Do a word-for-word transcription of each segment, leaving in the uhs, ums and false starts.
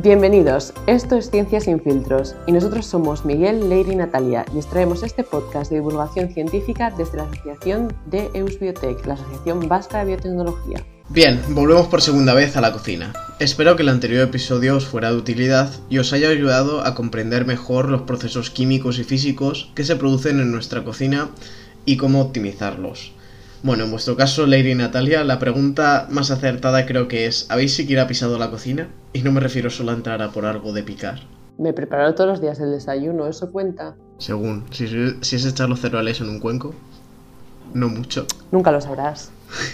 Bienvenidos, esto es Ciencia sin filtros y nosotros somos Miguel, Leire y Natalia y os traemos este podcast de divulgación científica desde la asociación de EusBiotech, la Asociación Vasca de Biotecnología. Bien, volvemos por segunda vez a la cocina. Espero que el anterior episodio os fuera de utilidad y os haya ayudado a comprender mejor los procesos químicos y físicos que se producen en nuestra cocina y cómo optimizarlos. Bueno, en vuestro caso, Leire y Natalia, la pregunta más acertada creo que es: ¿habéis siquiera pisado la cocina? Y no me refiero solo a entrar a por algo de picar. Me preparo todos los días el desayuno, ¿eso cuenta? Según, si, si es echar los cereales en un cuenco, no mucho. Nunca lo sabrás.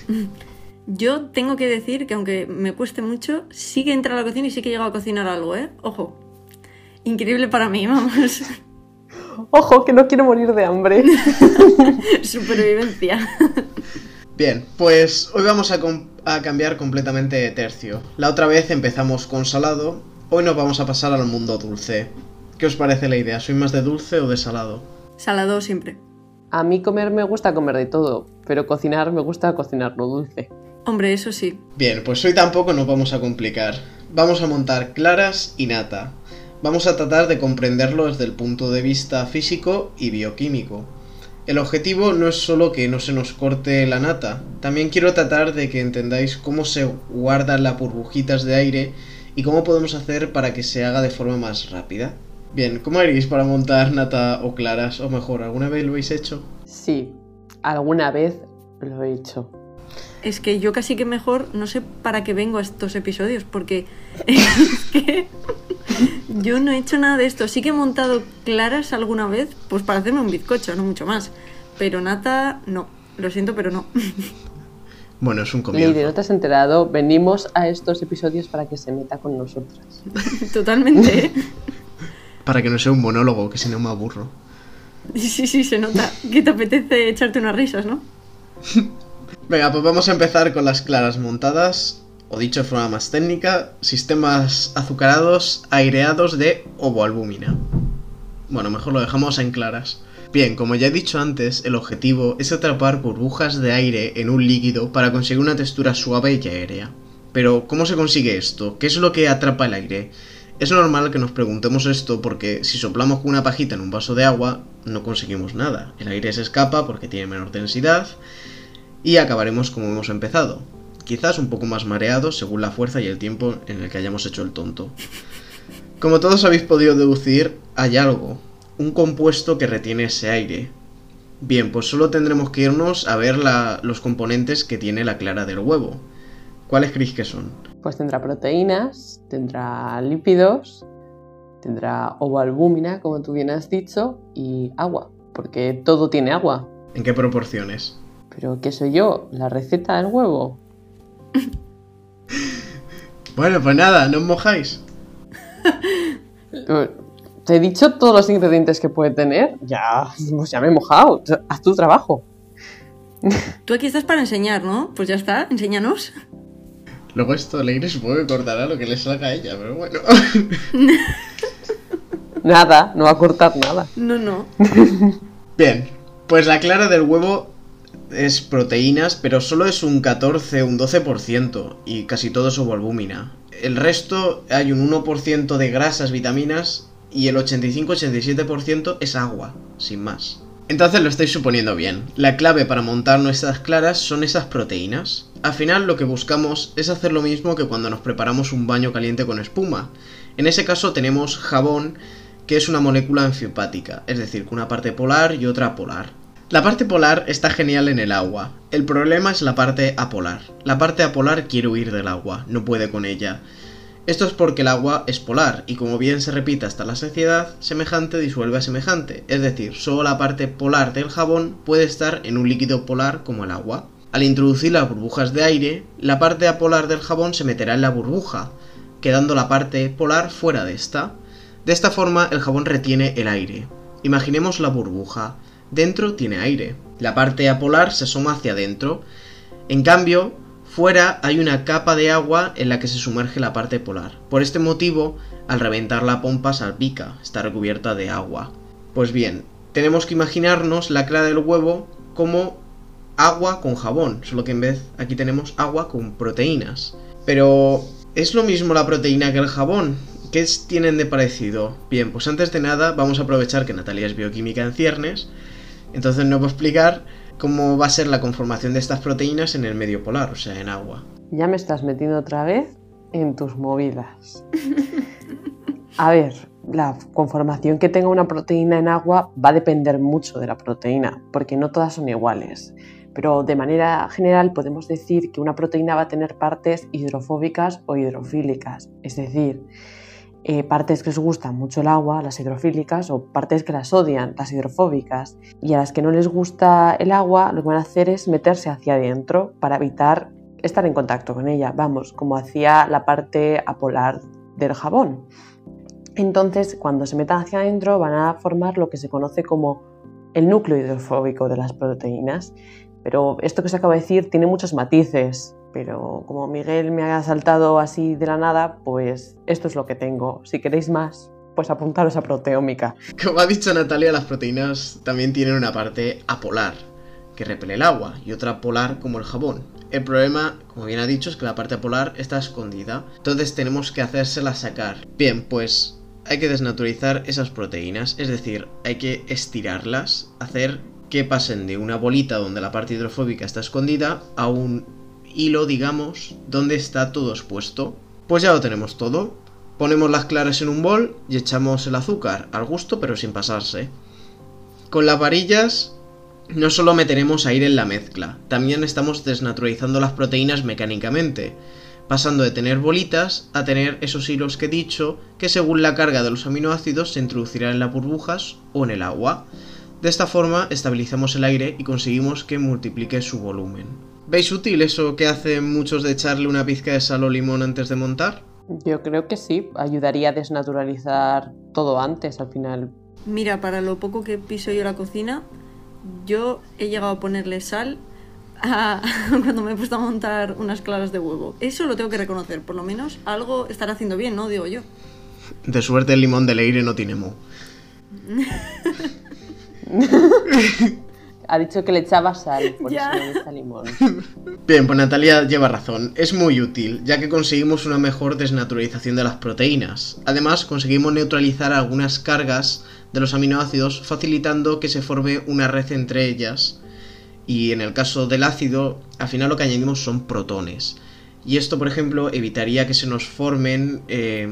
Yo tengo que decir que aunque me cueste mucho, sí que entra a la cocina y sí que he llegado a cocinar algo, ¿eh? Ojo. Increíble para mí, vamos. Ojo, que no quiero morir de hambre. Supervivencia. Bien, pues hoy vamos a, com- a cambiar completamente de tercio. La otra vez empezamos con salado, hoy nos vamos a pasar al mundo dulce. ¿Qué os parece la idea? ¿Sois más de dulce o de salado? Salado siempre. A mí comer me gusta comer de todo, pero cocinar me gusta cocinar lo dulce. Hombre, eso sí. Bien, pues hoy tampoco nos vamos a complicar. Vamos a montar claras y nata. Vamos a tratar de comprenderlo desde el punto de vista físico y bioquímico. El objetivo no es solo que no se nos corte la nata, también quiero tratar de que entendáis cómo se guardan las burbujitas de aire y cómo podemos hacer para que se haga de forma más rápida. Bien, ¿cómo haréis para montar nata o claras? O mejor, ¿alguna vez lo habéis hecho? Sí, alguna vez lo he hecho. Es que yo casi que mejor no sé para qué vengo a estos episodios, porque es que yo no he hecho nada de esto. Sí que he montado claras alguna vez, pues para hacerme un bizcocho, no mucho más. Pero nata, no. Lo siento, pero no. Bueno, es un comienzo. Leire, ¿no te has enterado? Venimos a estos episodios para que se meta con nosotras. Totalmente, ¿eh? Para que no sea un monólogo, que si no me aburro. Sí, sí, se nota. Que te apetece echarte unas risas, ¿no? Venga, pues vamos a empezar con las claras montadas, o dicho de forma más técnica, sistemas azucarados aireados de ovoalbúmina. Bueno, mejor lo dejamos en claras. Bien, como ya he dicho antes, el objetivo es atrapar burbujas de aire en un líquido para conseguir una textura suave y aérea. Pero, ¿cómo se consigue esto? ¿Qué es lo que atrapa el aire? Es normal que nos preguntemos esto porque si soplamos con una pajita en un vaso de agua, no conseguimos nada. El aire se escapa porque tiene menor densidad y acabaremos como hemos empezado. Quizás un poco más mareados según la fuerza y el tiempo en el que hayamos hecho el tonto. Como todos habéis podido deducir, hay algo, un compuesto que retiene ese aire. Bien, pues solo tendremos que irnos a ver la, los componentes que tiene la clara del huevo. ¿Cuáles creéis que son? Pues tendrá proteínas, tendrá lípidos, tendrá ovoalbúmina, como tú bien has dicho, y agua, porque todo tiene agua. ¿En qué proporciones? ¿Pero qué soy yo? ¿La receta del huevo? Bueno, pues nada, no os mojáis. Te he dicho todos los ingredientes que puede tener. Ya, pues ya me he mojado. Haz tu trabajo. Tú aquí estás para enseñar, ¿no? Pues ya está, enséñanos. Luego esto Leire supongo que cortará lo que le salga a ella, pero bueno. Nada, no va a cortar nada. No, no. Bien, pues la clara del huevo es proteínas, pero solo es un catorce o un doce por ciento y casi todo es ovoalbúmina. El resto hay un uno por ciento de grasas, vitaminas y el ochenta y cinco a ochenta y siete por ciento es agua, sin más. Entonces lo estáis suponiendo bien. La clave para montar nuestras claras son esas proteínas. Al final lo que buscamos es hacer lo mismo que cuando nos preparamos un baño caliente con espuma. En ese caso tenemos jabón, que es una molécula anfiopática, es decir, con una parte polar y otra apolar. La parte polar está genial en el agua. El problema es la parte apolar. La parte apolar quiere huir del agua, no puede con ella. Esto es porque el agua es polar y como bien se repite hasta la saciedad, semejante disuelve a semejante, es decir, solo la parte polar del jabón puede estar en un líquido polar como el agua. Al introducir las burbujas de aire, la parte apolar del jabón se meterá en la burbuja, quedando la parte polar fuera de esta. De esta forma el jabón retiene el aire. Imaginemos la burbuja, dentro tiene aire, la parte apolar se asoma hacia adentro, en cambio, fuera hay una capa de agua en la que se sumerge la parte polar. Por este motivo, al reventar la pompa salpica, está recubierta de agua. Pues bien, tenemos que imaginarnos la clara del huevo como agua con jabón, solo que en vez aquí tenemos agua con proteínas. Pero ¿es lo mismo la proteína que el jabón? ¿qué tienen de parecido? Bien, pues antes de nada vamos a aprovechar que Natalia es bioquímica en ciernes, entonces nos va a explicar cómo va a ser la conformación de estas proteínas en el medio polar, o sea, en agua. Ya me estás metiendo otra vez en tus movidas. A ver, la conformación que tenga una proteína en agua va a depender mucho de la proteína, porque no todas son iguales. Pero de manera general podemos decir que una proteína va a tener partes hidrofóbicas o hidrofílicas, es decir, eh, partes que les gusta mucho el agua, las hidrofílicas, o partes que las odian, las hidrofóbicas. Y a las que no les gusta el agua, lo que van a hacer es meterse hacia adentro para evitar estar en contacto con ella, vamos, como hacía la parte apolar del jabón. Entonces, cuando se metan hacia adentro, van a formar lo que se conoce como el núcleo hidrofóbico de las proteínas. Pero esto que os acabo de decir tiene muchos matices, pero como Miguel me ha saltado así de la nada, pues esto es lo que tengo. Si queréis más, pues apuntaros a proteómica. Como ha dicho Natalia, las proteínas también tienen una parte apolar, que repele el agua, y otra polar como el jabón. El problema, como bien ha dicho, es que la parte apolar está escondida, entonces tenemos que hacérsela sacar. Bien, pues hay que desnaturalizar esas proteínas, es decir, hay que estirarlas, hacer que pasen de una bolita donde la parte hidrofóbica está escondida a un hilo, digamos, donde está todo expuesto. Pues ya lo tenemos todo. Ponemos las claras en un bol y echamos el azúcar, al gusto pero sin pasarse. Con las varillas no solo meteremos aire en la mezcla, también estamos desnaturalizando las proteínas mecánicamente, pasando de tener bolitas a tener esos hilos que he dicho, que según la carga de los aminoácidos se introducirán en las burbujas o en el agua. De esta forma estabilizamos el aire y conseguimos que multiplique su volumen. ¿Veis útil eso que hacen muchos de echarle una pizca de sal o limón antes de montar? Yo creo que sí, ayudaría a desnaturalizar todo antes, al final. Mira, para lo poco que piso yo la cocina, yo he llegado a ponerle sal a... cuando me he puesto a montar unas claras de huevo. Eso lo tengo que reconocer, por lo menos algo estará haciendo bien, ¿no? Digo yo. De suerte el limón de Leire no tiene moho. Ha dicho que le echaba sal, por Ya. eso no le echa limón. Bien, pues Natalia lleva razón, es muy útil, ya que conseguimos una mejor desnaturalización de las proteínas. Además, conseguimos neutralizar algunas cargas de los aminoácidos, facilitando que se forme una red entre ellas. Y en el caso del ácido, al final lo que añadimos son protones. Y esto, por ejemplo, evitaría que se nos formen eh,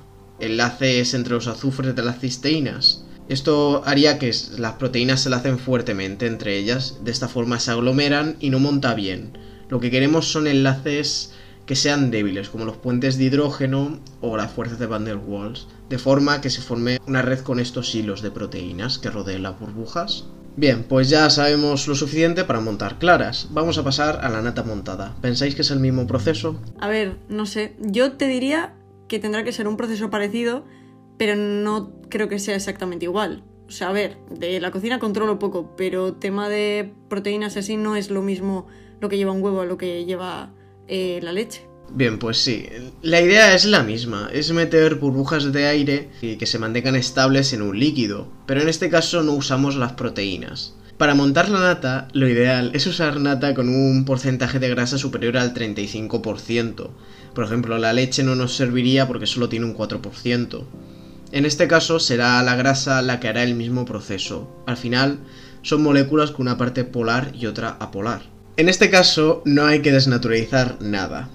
enlaces entre los azufres de las cisteínas. Esto haría que las proteínas se lacen fuertemente entre ellas, de esta forma se aglomeran y no monta bien. Lo que queremos son enlaces que sean débiles, como los puentes de hidrógeno o las fuerzas de Van der Waals, de forma que se forme una red con estos hilos de proteínas que rodeen las burbujas. Bien, pues ya sabemos lo suficiente para montar claras. Vamos a pasar a la nata montada. ¿Pensáis que es el mismo proceso? A ver, no sé, yo te diría que tendrá que ser un proceso parecido, pero no creo que sea exactamente igual. O sea, a ver, de la cocina controlo poco, pero tema de proteínas así no es lo mismo lo que lleva un huevo a lo que lleva eh, la leche. Bien, pues sí, la idea es la misma, es meter burbujas de aire y que se mantengan estables en un líquido, pero en este caso no usamos las proteínas. Para montar la nata, lo ideal es usar nata con un porcentaje de grasa superior al treinta y cinco por ciento. Por ejemplo, la leche no nos serviría porque solo tiene un cuatro por ciento. En este caso será la grasa la que hará el mismo proceso. Al final, son moléculas con una parte polar y otra apolar. En este caso, no hay que desnaturalizar nada.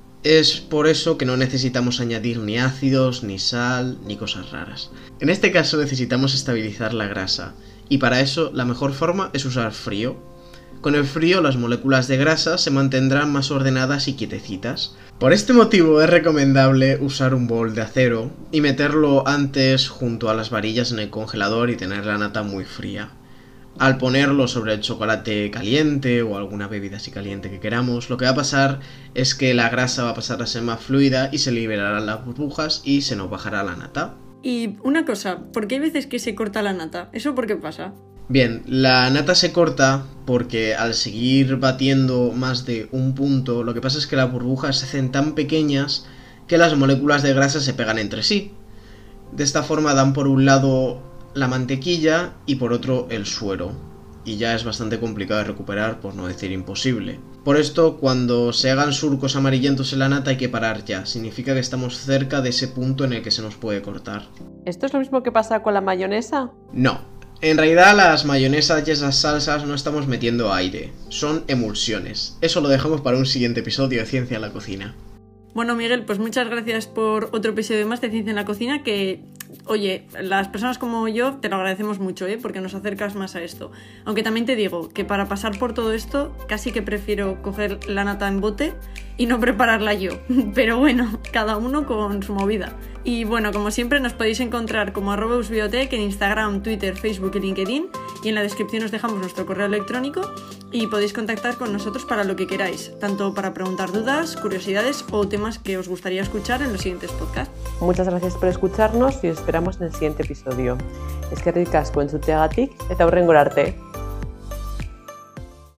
Es por eso que no necesitamos añadir ni ácidos, ni sal, ni cosas raras. En este caso necesitamos estabilizar la grasa, y para eso la mejor forma es usar frío. Con el frío las moléculas de grasa se mantendrán más ordenadas y quietecitas. Por este motivo es recomendable usar un bol de acero y meterlo antes junto a las varillas en el congelador y tener la nata muy fría. Al ponerlo sobre el chocolate caliente o alguna bebida así caliente que queramos, lo que va a pasar es que la grasa va a pasar a ser más fluida y se liberarán las burbujas y se nos bajará la nata. Y una cosa, ¿por qué hay veces que se corta la nata? ¿Eso por qué pasa? Bien, la nata se corta porque al seguir batiendo más de un punto, lo que pasa es que las burbujas se hacen tan pequeñas que las moléculas de grasa se pegan entre sí. De esta forma dan por un lado la mantequilla y por otro el suero. y ya es bastante complicado de recuperar, por no decir imposible. Por esto, cuando se hagan surcos amarillentos en la nata hay que parar ya, significa que estamos cerca de ese punto en el que se nos puede cortar. ¿Esto es lo mismo que pasa con la mayonesa? No. En realidad las mayonesas y esas salsas no estamos metiendo aire, son emulsiones. Eso lo dejamos para un siguiente episodio de Ciencia en la Cocina. Bueno, Miguel, pues muchas gracias por otro episodio más de Ciencia en la Cocina que, oye, las personas como yo te lo agradecemos mucho, ¿eh? Porque nos acercas más a esto. Aunque también te digo que para pasar por todo esto casi que prefiero coger la nata en bote y no prepararla yo. Pero bueno, cada uno con su movida. Y bueno, como siempre nos podéis encontrar como arroba usbiotech en Instagram, Twitter, Facebook y LinkedIn. Y en la descripción os dejamos nuestro correo electrónico y podéis contactar con nosotros para lo que queráis, tanto para preguntar dudas, curiosidades o temas que os gustaría escuchar en los siguientes podcasts. Muchas gracias por escucharnos y os esperamos en el siguiente episodio. Eskerrik asko entzuteagatik eta hurrengora arte.